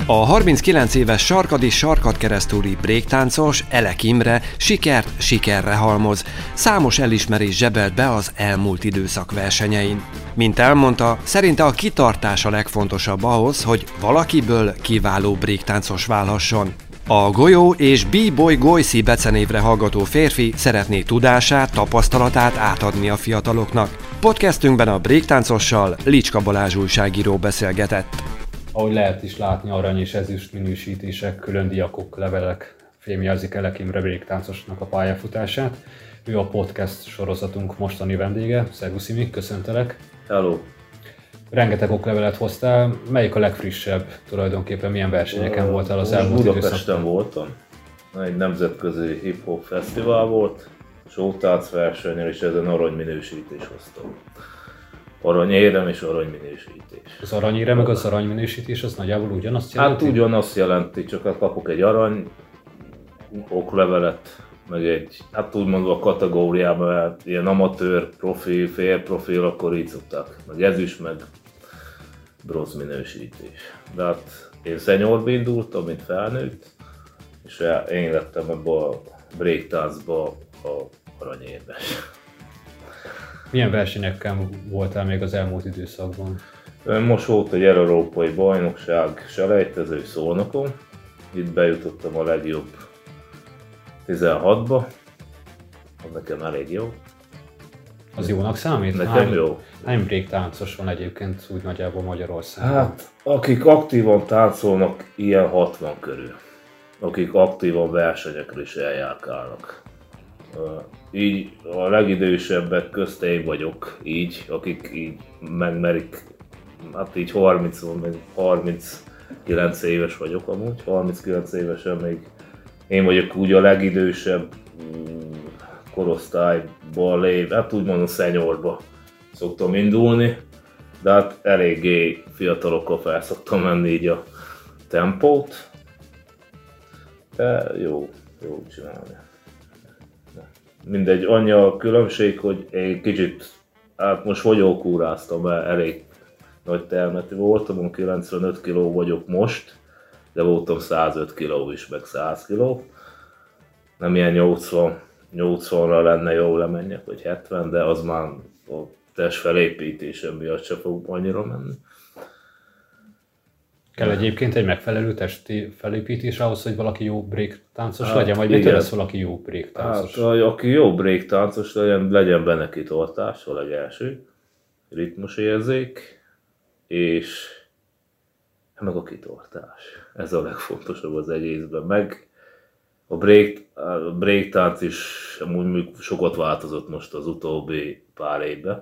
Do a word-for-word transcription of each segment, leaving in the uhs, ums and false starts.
A harminckilenc éves sarkadi sarkadkeresztúri bréktáncos Elek Imre sikert sikerre halmoz. Számos elismerés zsebelt be az elmúlt időszak versenyein. Mint elmondta, szerinte a kitartás a legfontosabb ahhoz, hogy valakiből kiváló bréktáncos válhasson. A Golyó és B-Boy Goysi becenévre hallgató férfi szeretné tudását, tapasztalatát átadni a fiataloknak. Podcastünkben a bréktáncossal Licska Balázs újságíró beszélgetett. Ahogy lehet is látni, arany és ezüst minősítések, külön diakok, levelek fémjelzik Elek Imre bréktáncosnak a pályafutását. Ő a podcast sorozatunk mostani vendége. Szervusz Imi, köszöntelek! Hello! Rengeteg oklevelet hoztál. Melyik a legfrissebb tulajdonképpen? Milyen versenyeken uh, voltál az elmúlt időszakban? Budapesten voltam. Egy nemzetközi hip-hop fesztivál volt, showtánc versenyen, és ezen aranyminősítés hoztam. Aranyérem és aranyminősítés. Az aranyérem meg az aranyminősítés az nagyjából ugyanazt jelenti? Hát ugyanazt jelenti, csak hát kapok egy arany oklevelet, meg egy, hát úgymond a kategóriában, hát ilyen amatőr, profil, félprofil, akkor így szokták. Meg ezüst, meg bronz minősítés. De hát én seniorba indultam, mint felnőtt, és én lettem ebbe a breaktáncba a aranyérmes. Milyen versenyekkel voltál még az elmúlt időszakban? Most volt egy európai bajnokság selejtező Szolnokon. Itt bejutottam a legjobb tizenhatba. Az nekem elég jó. Az jónak számít? Nekem hány, jó. Hány bréktáncos van egyébként úgy nagyjából Magyarországon? Hát, akik aktívan táncolnak, ilyen hatvan körül. Akik aktívan versenyekre is eljárkálnak. Így a legidősebbek közt én vagyok, így, akik így megmerik, hát így harminc, harminckilenc éves vagyok amúgy, harminckilenc évesen még én vagyok úgy a legidősebb korosztályban lév, hát úgymond a seniorba szoktam indulni, de hát eléggé fiatalokkal fel szoktam menni így a tempót, de jó, jó csinálni. Mindegy, annyi a különbség, hogy egy kicsit, hát most fogyókúráztam, mert elég nagy termetű voltam, kilencvenöt kiló vagyok most, de voltam százöt kiló is, meg száz kiló. Nem ilyen nyolcvan, nyolcvanra lenne jó lemenjek, vagy hetven, de az már a test felépítésem miatt se fog annyira menni. Kell egyébként egy megfelelő testi felépítés ahhoz, hogy valaki jó bréktáncos hát, legyen, vagy mitől lesz valaki jó bréktáncos? Hát, aki jó bréktáncos legyen, legyen benne kitartás, a legelső, ritmusérzék, és meg a kitartás. Ez a legfontosabb az egészben. Meg a break, a bréktánc is amúgy sokat változott most az utóbbi pár évben.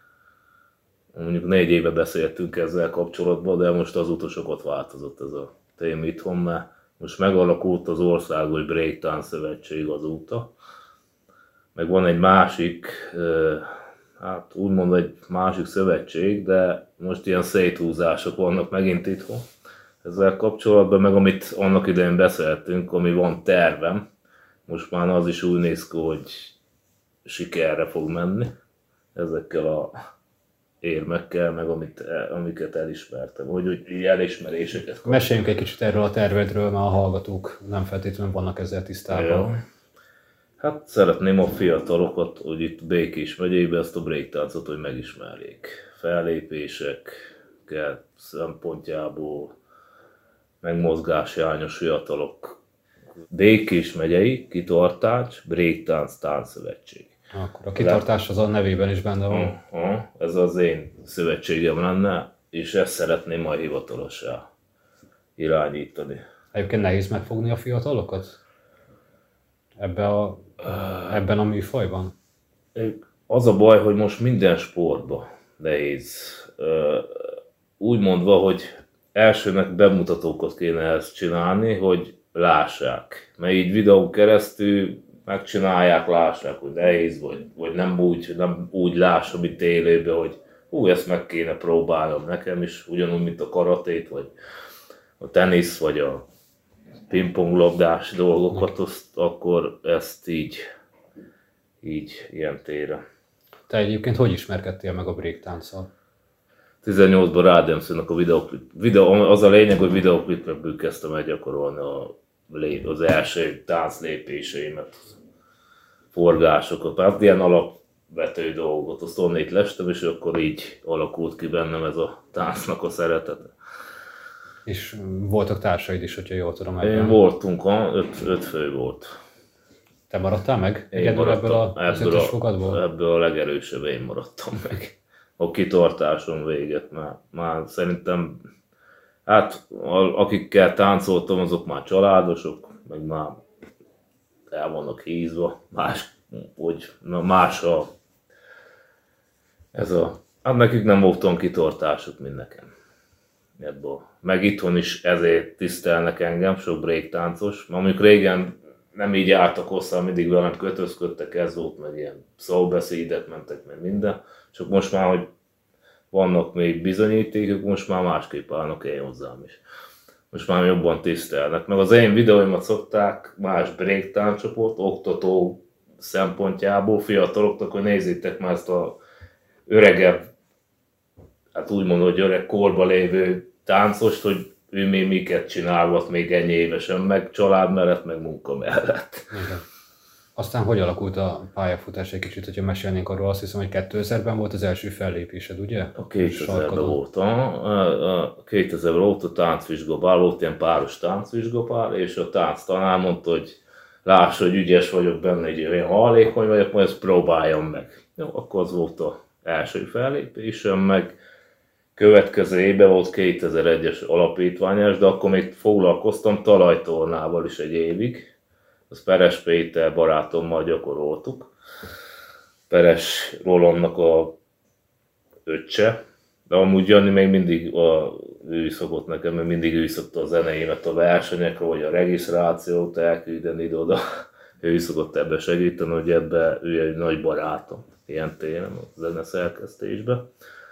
Mondjuk négy éve beszéltünk ezzel kapcsolatban, de most azóta sokat változott ez a téma itthon, mert most megalakult az Országos Breakdance Szövetség azóta. Meg van egy másik, hát úgymond egy másik szövetség, de most ilyen széthúzások vannak megint itthon. Ezzel kapcsolatban, meg amit annak idején beszéltünk, ami van tervem, most már az is úgy néz ki, hogy sikerre fog menni ezekkel a érmekkel, meg amit, amiket elismertem, hogy, hogy elismeréseket kaptam. Meséljünk egy kicsit erről a tervedről, mert a hallgatók nem feltétlenül vannak ezzel tisztában. Ja. Hát szeretném a fiatalokat, hogy itt Békés megyében ezt a breaktáncot, hogy megismerjék. Fellépések szempontjából, meg mozgáshiányos fiatalok. Békés megyei kitartás, breaktánc táncszövetség. Akkor a kitartás az a nevében is benne van. Uh-huh. Ez az én szövetségem lenne, és ezt szeretném majd hivatalossá irányítani. Egyébként nehéz megfogni a fiatalokat? Ebbe a, ebben a műfajban? Az a baj, hogy most minden sportban nehéz. Úgy mondva, hogy elsőnek bemutatókat kéne ezt csinálni, hogy lássák. Mert így videó keresztül megcsinálják, lássák, hogy nehéz, vagy, vagy nem, úgy, nem úgy lássam itt élőben, hogy hú, ezt meg kéne próbálnom nekem is, ugyanúgy, mint a karatét, vagy a tenisz, vagy a pingponglabdás dolgokat, azt, akkor ezt így, így ilyen téren. Te egyébként hogy ismerkedtél meg a bréktánccal? tizennyolcban Rádemszőnek a videoklip. Videó, az a lényeg, hogy videoklipekből kezdtem el gyakorolni a, az első tánclépéseimet, forgásokat, hát ilyen alapvető dolgot. Azt onnét lestem, és akkor így alakult ki bennem ez a táncnak a szeretete. És voltak társaid is, hogyha jól tudom ebben? Én voltunk, öt, öt fő volt. Te maradtál meg? Én maradtam, ebből a, ebből, a, ebből a legerősebb én maradtam meg. A kitartáson véget már, már szerintem, hát akikkel táncoltam, azok már családosok, meg már el vannak hízva, más, hogy más a, ez a, hát nekik nem voltam kitartásuk, mint nekem. Ebből. Meg itthon is ezért tisztelnek engem, sok breaktáncos, mondjuk régen nem így jártak hozzá, mindig velem kötözködtek, ez volt, meg ilyen szóbeszédek mentek, meg minden, csak most már, hogy vannak még bizonyítékok, most már másképp állnak én hozzám is. Most már jobban tisztelnek, meg az én videóimat szokták más breaktánccsoport, oktató szempontjából fiataloknak, hogy nézzétek már ezt a öregebb, hát úgy mondom, hogy öreg korba lévő táncost, hogy ő még miket csinálvat még ennyi évesen, meg család mellett, meg munka mellett. Igen. Aztán hogy alakult a pályafutás egy kicsit, hogyha mesélnénk arról, azt hiszem, hogy kétezerben volt az első fellépésed, ugye? A kétezerben volt, a, a kétezerben volt a táncvizsgapár, volt ilyen páros táncvizsgapár, és a tánc tanár mondta, hogy láss, hogy ügyes vagyok benne, hogy én hallékony vagyok, majd ezt próbáljam meg. Jó, akkor az volt az első fellépésem, meg következő évben volt kétezer-egyes alapítványos, de akkor még foglalkoztam talajtornával is egy évig. Az Peres Péter barátommal gyakoroltuk. Peres Rolandnak a öccse, de amúgy Jani még mindig a, ő szokott nekem, mert mindig ő szokta a zenéimet a versenyekre, vagy a regisztrációt elküldeni ide-oda. Ő szokott ebbe segíteni, hogy ebbe ő egy nagy barátom, ilyen téren, a zeneszerkesztésben.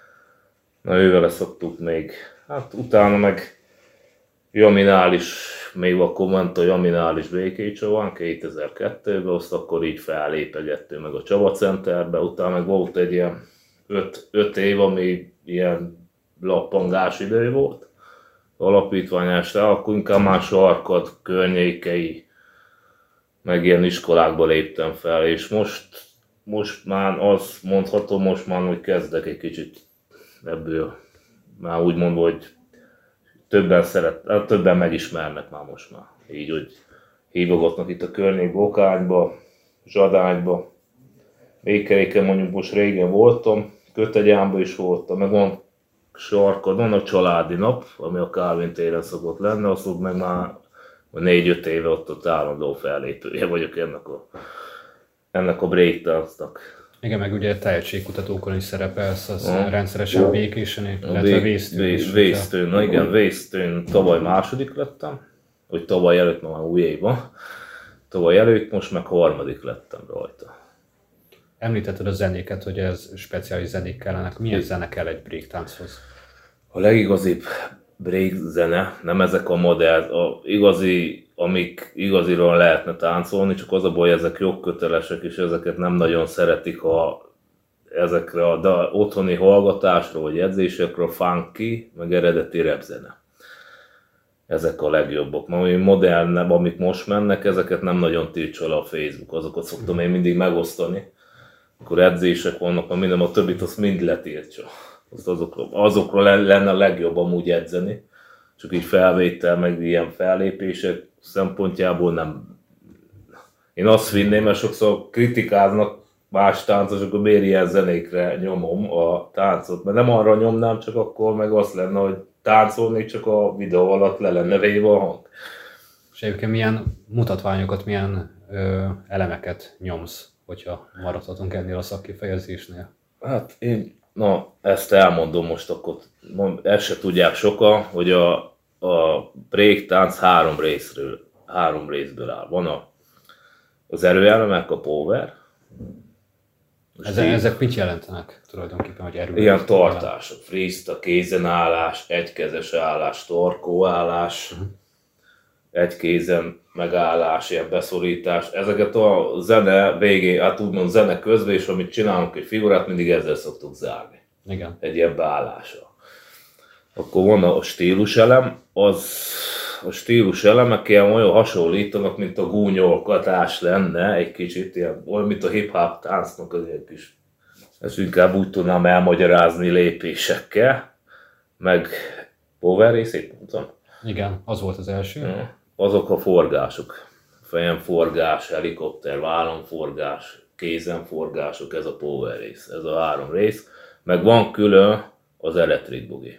Na ővele szoktuk még, hát utána meg Jaminál is, még akkor ment a Jaminál is Békés van kétezer-kettőben, azt akkor így fellépegettünk meg a Csaba Centerbe, utána meg volt egy ilyen öt év, ami ilyen lappangás idő volt, alapítványásra, akkor inkább már Sarkad környékei, meg ilyen iskolákba léptem fel, és most, most már azt mondhatom, most már hogy kezdek egy kicsit ebből, már úgy mondva, hogy többen szeret, többen megismernek már most már. Így, hogy hívogatnak itt a környék Bokányba, Zsadányba. Békeréken mondjuk most régen voltam, Kötegyánban is voltam, meg van Sarkad, van a családi nap, ami a Kálvin téren szokott lenni, azt meg már négy-öt éve ott, ott állandó fellépője vagyok ennek a, ennek a breakdance-nak. Igen, meg ugye tehetségkutatókon is szerepelsz, az hmm. rendszeresen Békésen, illetve Vésztőn is. Vésztőn, na igen, Vésztőn tavaly második lettem, hogy tavaly előtt, már új évban, tavaly előtt, most meg harmadik lettem rajta. Említetted a zenéket, hogy ez speciális zenék kellenek. Milyen zene kell egy breaktánchoz? A legigazibb break zene, nem ezek a modern, a igazi, amik igaziról lehetne táncolni, csak az a baj, ezek jogkötelesek, és ezeket nem nagyon szeretik a, ezekre a da, otthoni hallgatásra, vagy edzésekre, a funky, meg eredeti rapzene. Ezek a legjobbak. Ma ami modernebb, amik most mennek, ezeket nem nagyon tiltsol a Facebook, azokat szoktam én mindig megosztani. Akkor edzések vannak, a minden, a többit azt mind letiltsa. Azt azokról, azokról lenne a legjobb amúgy edzeni, csak így felvétel, meg ilyen fellépések szempontjából nem. Én azt vinném, mert sokszor kritikáznak más táncosok, hogy miért ilyen zenékre nyomom a táncot, mert nem arra nyomnám, csak akkor meg azt lenne, hogy táncolnék, csak a videó alatt le lenne véve a hang. És egyébként milyen mutatványokat, milyen ö, elemeket nyomsz, hogyha maradhatunk ennél a szakkifejezésnél? Hát én Na, ezt elmondom most akkor, ezt se tudják sokan, hogy a, a breaktánc három részről, három részből áll. Van a, az erőelemek, a power. Ezek, ezek mit jelentenek tulajdonképpen, hogy erőelemek? Ilyen tartások, freestyle, kézen állás, egykezes állás, torkó állás, uh-huh. egy kézen megállás, ilyen beszorítás. Ezeket a zene végén, hát úgymond zene közben, és amit csinálunk egy figurát, mindig ezzel szoktuk zárni. Igen. Egy ilyen beállása. Akkor van a stíluselem, az a stíluselemek ilyen olyan hasonlítanak, mint a gúnyolkatás lenne, egy kicsit ilyen, olyan, mint a hip-hop táncnak az ilyen kis. Ezt inkább úgy tudnám elmagyarázni lépésekkel, meg power részét mondtam. Igen, az volt az első. Ja, azok a forgások. Fejenforgás, helikopter, vállonforgás, kézenforgások, ez a power rész, ez a három rész. Meg van külön az electric boogie.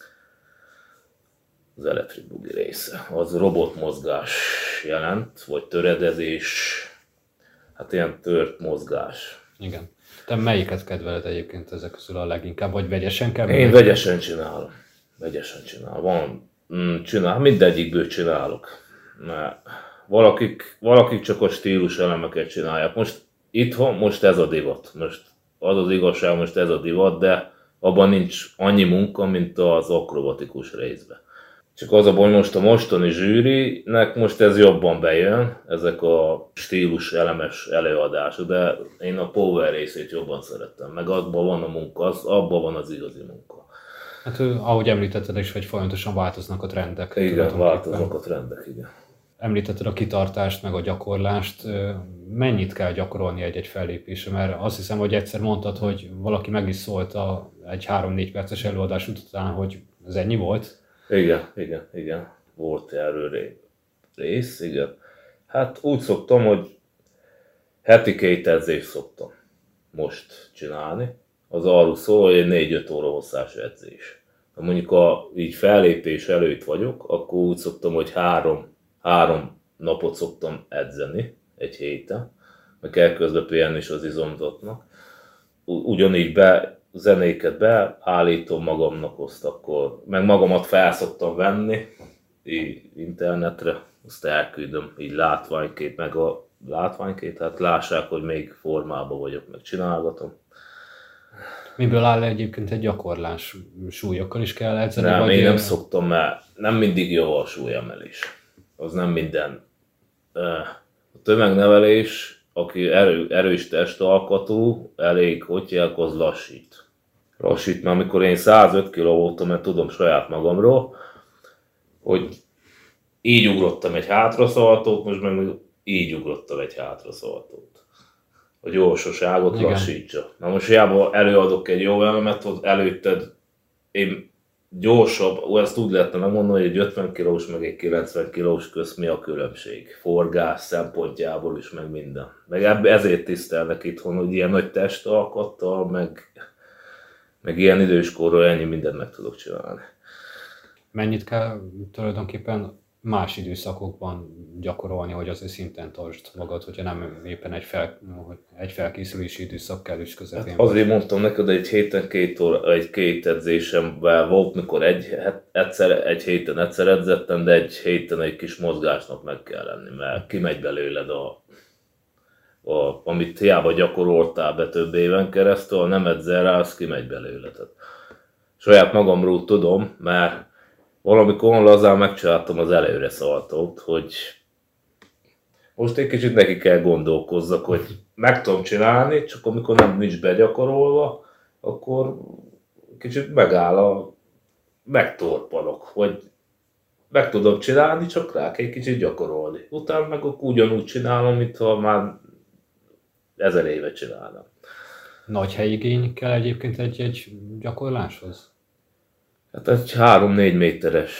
Az electric boogie része. Az robotmozgás jelent, vagy töredezés, hát ilyen tört mozgás. Igen. Te melyiket kedveled egyébként ezek közül a leginkább, vagy vegyesen kell? Én vegyesen csinálom. Vegyesen csinálom. Van, mm, csinál, mindegyikből csinálok. Mert valakik, valakik csak a stílus elemeket csinálják. Most itthon, most ez a divat. Most az az igazság, most ez a divat, de abban nincs annyi munka, mint az akrobatikus részben. Csak az a baj, most a mostani zsűrinek most ez jobban bejön, ezek a stílus elemes előadások, de én a power részét jobban szerettem, meg abban van a munka, az, abban van az igazi munka. Hát ahogy említetted is, hogy folyamatosan változnak a trendek. Igen, változnak a trendek, igen. Említetted a kitartást, meg a gyakorlást. Mennyit kell gyakorolni egy-egy fellépésre? Mert azt hiszem, hogy egyszer mondtad, hogy valaki meg is szólt a, egy három-négy perces előadás után, hogy ez ennyi volt. Igen, igen, igen. Volt erről rész, igen. Hát úgy szoktam, hogy heti két edzést szoktam most csinálni. Az arról szól, hogy egy négy-öt óra hosszás edzés. Ha mondjuk a így fellépés előtt vagyok, akkor úgy szoktam, hogy három, három napot szoktam edzeni egy héten, meg kell közben pihenni is az izomzatnak. Ugyanígy be zenéket beállítom magamnak, azt akkor, meg magamat fel szoktam venni így internetre, azt elküldöm így látványkép, meg a látványkép, hát lássák, hogy még formában vagyok, meg csinálgatom. Miből áll egyébként egy gyakorlás? Súlyokkal is kell edzeni? Nem, vagy én nem él... szoktam, mert nem mindig jó a súlyemelés. Az nem minden. A tömegnevelés, aki erő, erős testalkatú, elég, hogy az lassít. Lassít, mert amikor én százöt kiló voltam, mert tudom saját magamról, hogy így ugrottam egy hátraszaltót, most meg így ugrottam egy hátraszaltót. A gyorsaságot Igen. lassítsa. Na most hiába előadok egy jó elemet, hogy előtted én gyorsabb, ezt úgy lehetne megmondani, hogy egy ötven kilós meg egy kilencven kilós közt mi a különbség. Forgás szempontjából is, meg minden. Meg ezért tisztelnek itthon, hogy ilyen nagy testalkattal, meg, meg ilyen időskorról ennyi mindent meg tudok csinálni. Mennyit kell tulajdonképpen más időszakokban gyakorolni, hogy az szinten tartsd magad, hogyha nem éppen egy, fel, egy felkészülési időszak kellős közepén. Hát azért mondtam neked, hogy egy héten két, óra, egy két edzésemben volt, mikor egy, egyszer, egy héten egyszer edzettem, de egy héten egy kis mozgásnak meg kell lenni, mert kimegy belőled a, a amit hiába gyakoroltál be több éven keresztül, ha nem edzel rá, az kimegy belőled. Saját magamról tudom, mert valamikor lazán megcsináltam az előre szaltót, hogy most egy kicsit neki kell gondolkozzak, hogy meg tudom csinálni, csak amikor nem nincs begyakorolva, akkor kicsit megáll a megtorpanok, hogy meg tudom csinálni, csak rá kell egy kicsit gyakorolni. Utána meg ugyanúgy csinálom, mintha már ezer éve csinálnám. Nagy helyigény kell egyébként egy-egy gyakorláshoz? Hát egy három-négy méteres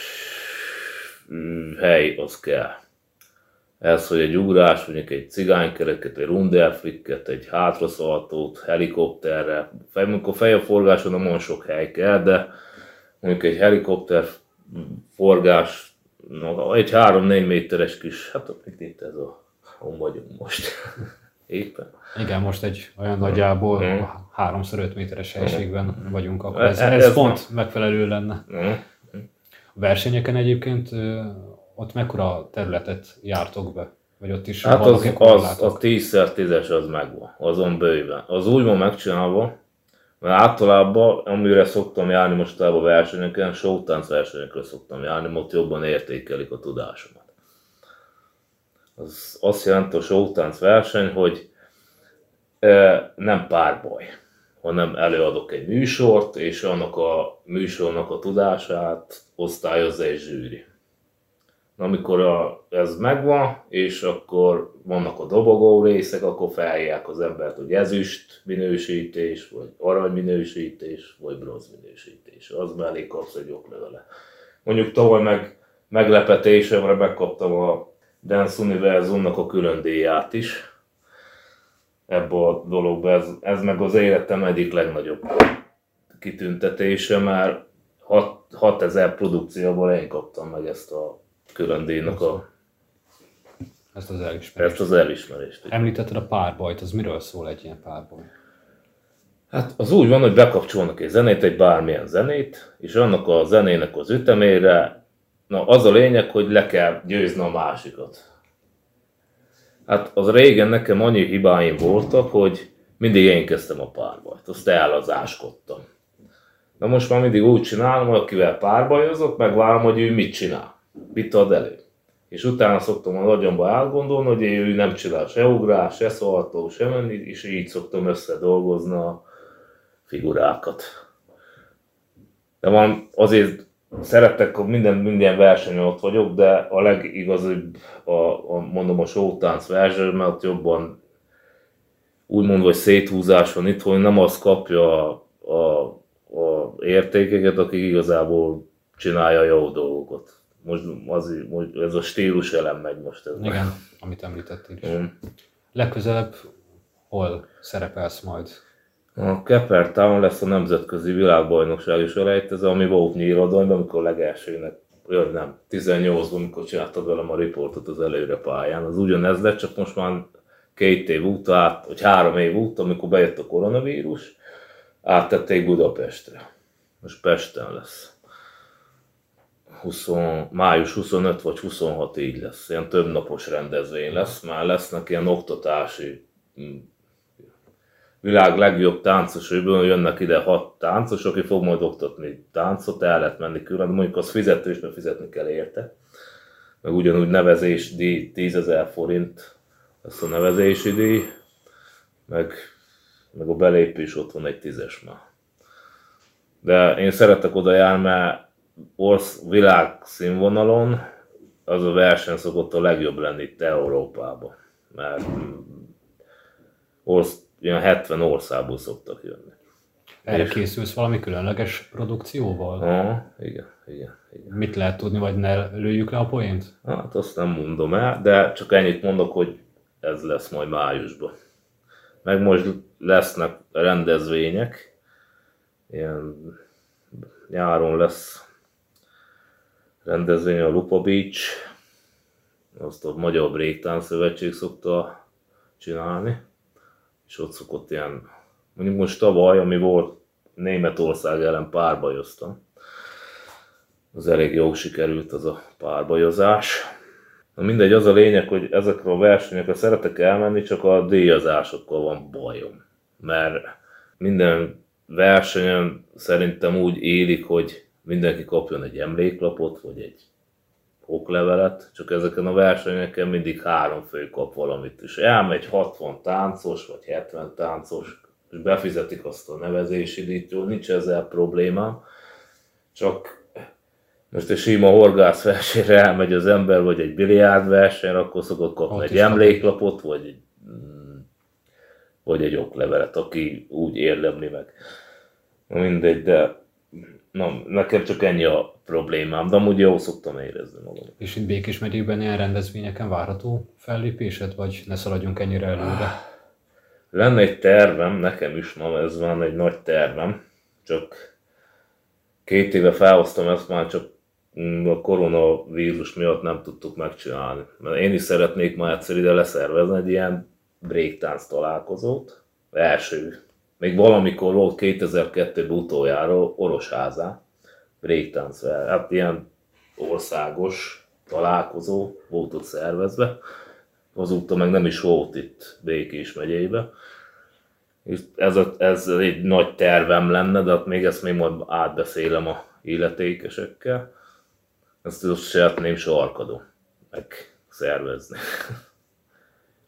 hely az kell. Ez, hogy egy ugrás, mondjuk egy cigánykereket, egy rundelflicket, egy hátraszaltót, helikopterre. Amikor fejeforgáson nem olyan sok hely kell, de mondjuk egy helikopter forgás, egy három-négy méteres kis, hát itt ez a, hol vagyunk most. Éppen. Igen, most egy olyan nagyjából mm. háromszor öt méteres helységben mm. vagyunk, akkor ez, ez, ez pont ma... megfelelő lenne. Mm. A versenyeken egyébként ott mekkora területet jártok be? Vagy ott is hát az, az, a tíz tízes az megvan, azon bőven. Az úgy van megcsinálva, mert általában, amire szoktam járni most a versenyeken, showtánc versenyekre szoktam járni, ott jobban értékelik a tudásomat. Az azt jelenti a showtánc verseny, hogy e, nem párbaj. hanem előadok egy műsort, és annak a műsornak a tudását osztályozza egy zsűri. Amikor a, ez megvan, és akkor vannak a dobogó részek, akkor felhívják az embert, hogy ezüst minősítés, vagy arany minősítés, vagy bronz minősítés. Az mellé kapsz egy oklevele. Mondjuk tavaly meg meglepetésemre megkaptam a Dance Univerzumnak a külön díját is. Ebben a dologban ez, ez meg az életem egyik legnagyobb kitüntetése, mert hatezer produkcióból én kaptam meg ezt a külön díjnak a, ezt az elismerést. Ezt az elismerést. Említetted a párbajt, az miről szól egy ilyen párbaj? Hát az úgy van, hogy bekapcsolnak egy zenét, egy bármilyen zenét, és annak a zenének az ütemére, na az a lényeg, hogy le kell győzni a másikat. Hát az régen nekem annyi hibáim voltak, hogy mindig én kezdtem a párbajt, azt elazáskodtam. Na most már mindig úgy csinálom, hogy akivel párbajozok, megvárom, hogy ő mit csinál, mit ad elő. És utána szoktam a nagyomba átgondolni, hogy ő nem csinál se ugrás, se szaltó, se menni, és így szoktam összedolgozni a figurákat. De van, azért szeretek, hogy minden, minden versenyen ott vagyok, de a legigazibb a, a, mondom a showtánc verseny, mert jobban úgy mondva, hogy széthúzás van itt, hogy nem az kapja a, a, a értékeket, aki igazából csinálja jó dolgokat. Most, az, most ez a stílus elem megy most. Ez Igen, meg. Amit említettél is. Mm. Legközelebb hol szerepelsz majd? A Cape Town lesz a nemzetközi világbajnokság is elejtező, ami volt Nyíradonyban, amikor legelsőnek, jaj nem, tizennyolcban, amikor csináltad velem a riportot az előre pályán. Az ugyanez lett, csak most már két év után, vagy három év után, amikor bejött a koronavírus, áttették Budapestre. Most Pesten lesz. húsz, május huszonöt vagy huszonhat így lesz. Ilyen többnapos rendezvény lesz, már lesznek ilyen oktatási világ legjobb táncosaiból, jönnek ide hat táncos, aki fog majd oktatni táncot, el lehet menni külön, de mondjuk az fizetős, mert fizetni kell érte. Meg ugyanúgy nevezés díj, tízezer forint lesz a nevezési díj, meg, meg a belépés ott van egy tízes már. De én szeretek oda járni, mert orsz, világ színvonalon az a verseny szokott a legjobb lenni itt Európában. Mert orsz, ilyen hetven országból szoktak jönni. Erre és... készülsz valami különleges produkcióval? Ah, igen, igen, igen. Mit lehet tudni, vagy ne lőjük le a poént? Hát azt nem mondom el, de csak ennyit mondok, hogy ez lesz majd májusban. Meg most lesznek rendezvények, ilyen nyáron lesz rendezvény a Lupa Beach, azt a Magyar Breakdance Szövetség szokta csinálni, és ott szokott ilyen, mondjuk most tavaly, ami volt, Németország ellen párbajoztam. Az elég jól sikerült az a párbajozás. Na mindegy, az a lényeg, hogy ezekre a versenyekre szeretek elmenni, csak a díjazásokkal van bajom. Mert minden versenyen szerintem úgy élik, hogy mindenki kapjon egy emléklapot, vagy egy oklevelet, csak ezeken a versenyeken mindig három fő kap valamit. És elmegy hatvan táncos, vagy hetven táncos, és befizetik azt a nevezési díjt, jó, nincs ezzel problémám. Csak most egy sima horgászversenyre elmegy az ember, vagy egy biliárd versenyre, akkor szokott kapni ott egy emléklapot, vagy egy, vagy egy oklevelet, aki úgy érdemli meg. Mindegy, de na, nekem csak ennyi a problémám, de amúgy jól szoktam érezni magam. És itt Békés megyében ilyen rendezvényeken várható fellépésed, vagy ne szaladjunk ennyire előre? Lenne egy tervem, nekem is ma ez van egy nagy tervem, csak két éve felhoztam ezt, már csak a koronavírus miatt nem tudtuk megcsinálni. Mert én is szeretnék már egyszer ide leszervezni egy ilyen breakdance találkozót, első. Még valamikor volt kétezer-kettőben utoljára Orosházán, breakdance, hát ilyen országos találkozó volt ott szervezve. Azóta meg nem is volt itt Békés megyében. És ez, a, ez egy nagy tervem lenne, de hát még ezt még majd átbeszélem a illetékesekkel. Ezt azt szeretném sarkadon meg szervezni.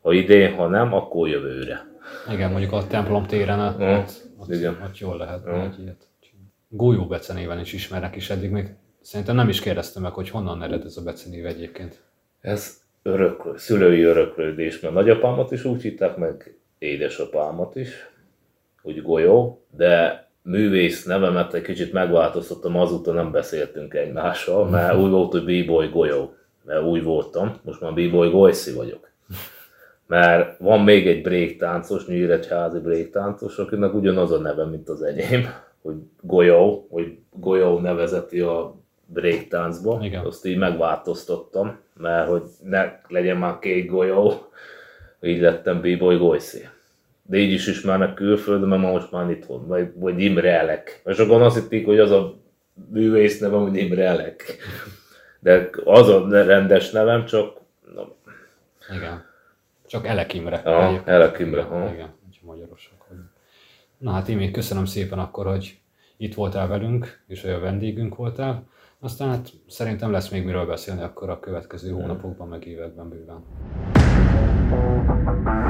Ha idén, ha nem, akkor jövőre. Igen, mondjuk a templom téren ott, Ja, ott, igen. ott jól lehet Ja. egy ilyet. Golyó becenéven is ismernek, és eddig még szerintem nem is kérdeztem meg, hogy honnan ered ez a becenév egyébként. Ez öröklő, szülői öröklődés, mert nagyapámat is úgy hitták, meg édesapámat is, úgy Golyó, de művész nevemet egy kicsit megváltoztattam, azóta nem beszéltünk egymással, mert úgy volt, hogy B-boy Golyó, mert úgy voltam, most már B-boy Golyci vagyok. Mert van még egy breaktáncos, nyíregyházi breaktáncos, akinek ugyanaz a neve, mint az enyém, hogy Golyó, hogy Golyó nevezeti a breaktáncba. Igen. Azt így megváltoztattam, mert hogy ne legyen már két Golyó, így lettem B-boy Golyci. De így is ismernek külföldön, mert most már itthon, vagy, vagy Imre Elek. És sokan azt hitték, hogy az a művész nevem, hogy Imre Elek. De az a rendes nevem, csak... Na, Igen. Csak Elek Imre. Ja, Egyébként. Elek Imre, Igen, ha. igen, úgyhogy magyarosok vagyunk. Na hát Imi, köszönöm szépen akkor, hogy itt voltál velünk, és olyan vendégünk voltál. Aztán hát szerintem lesz még miről beszélni akkor a következő hónapokban, meg években bőven.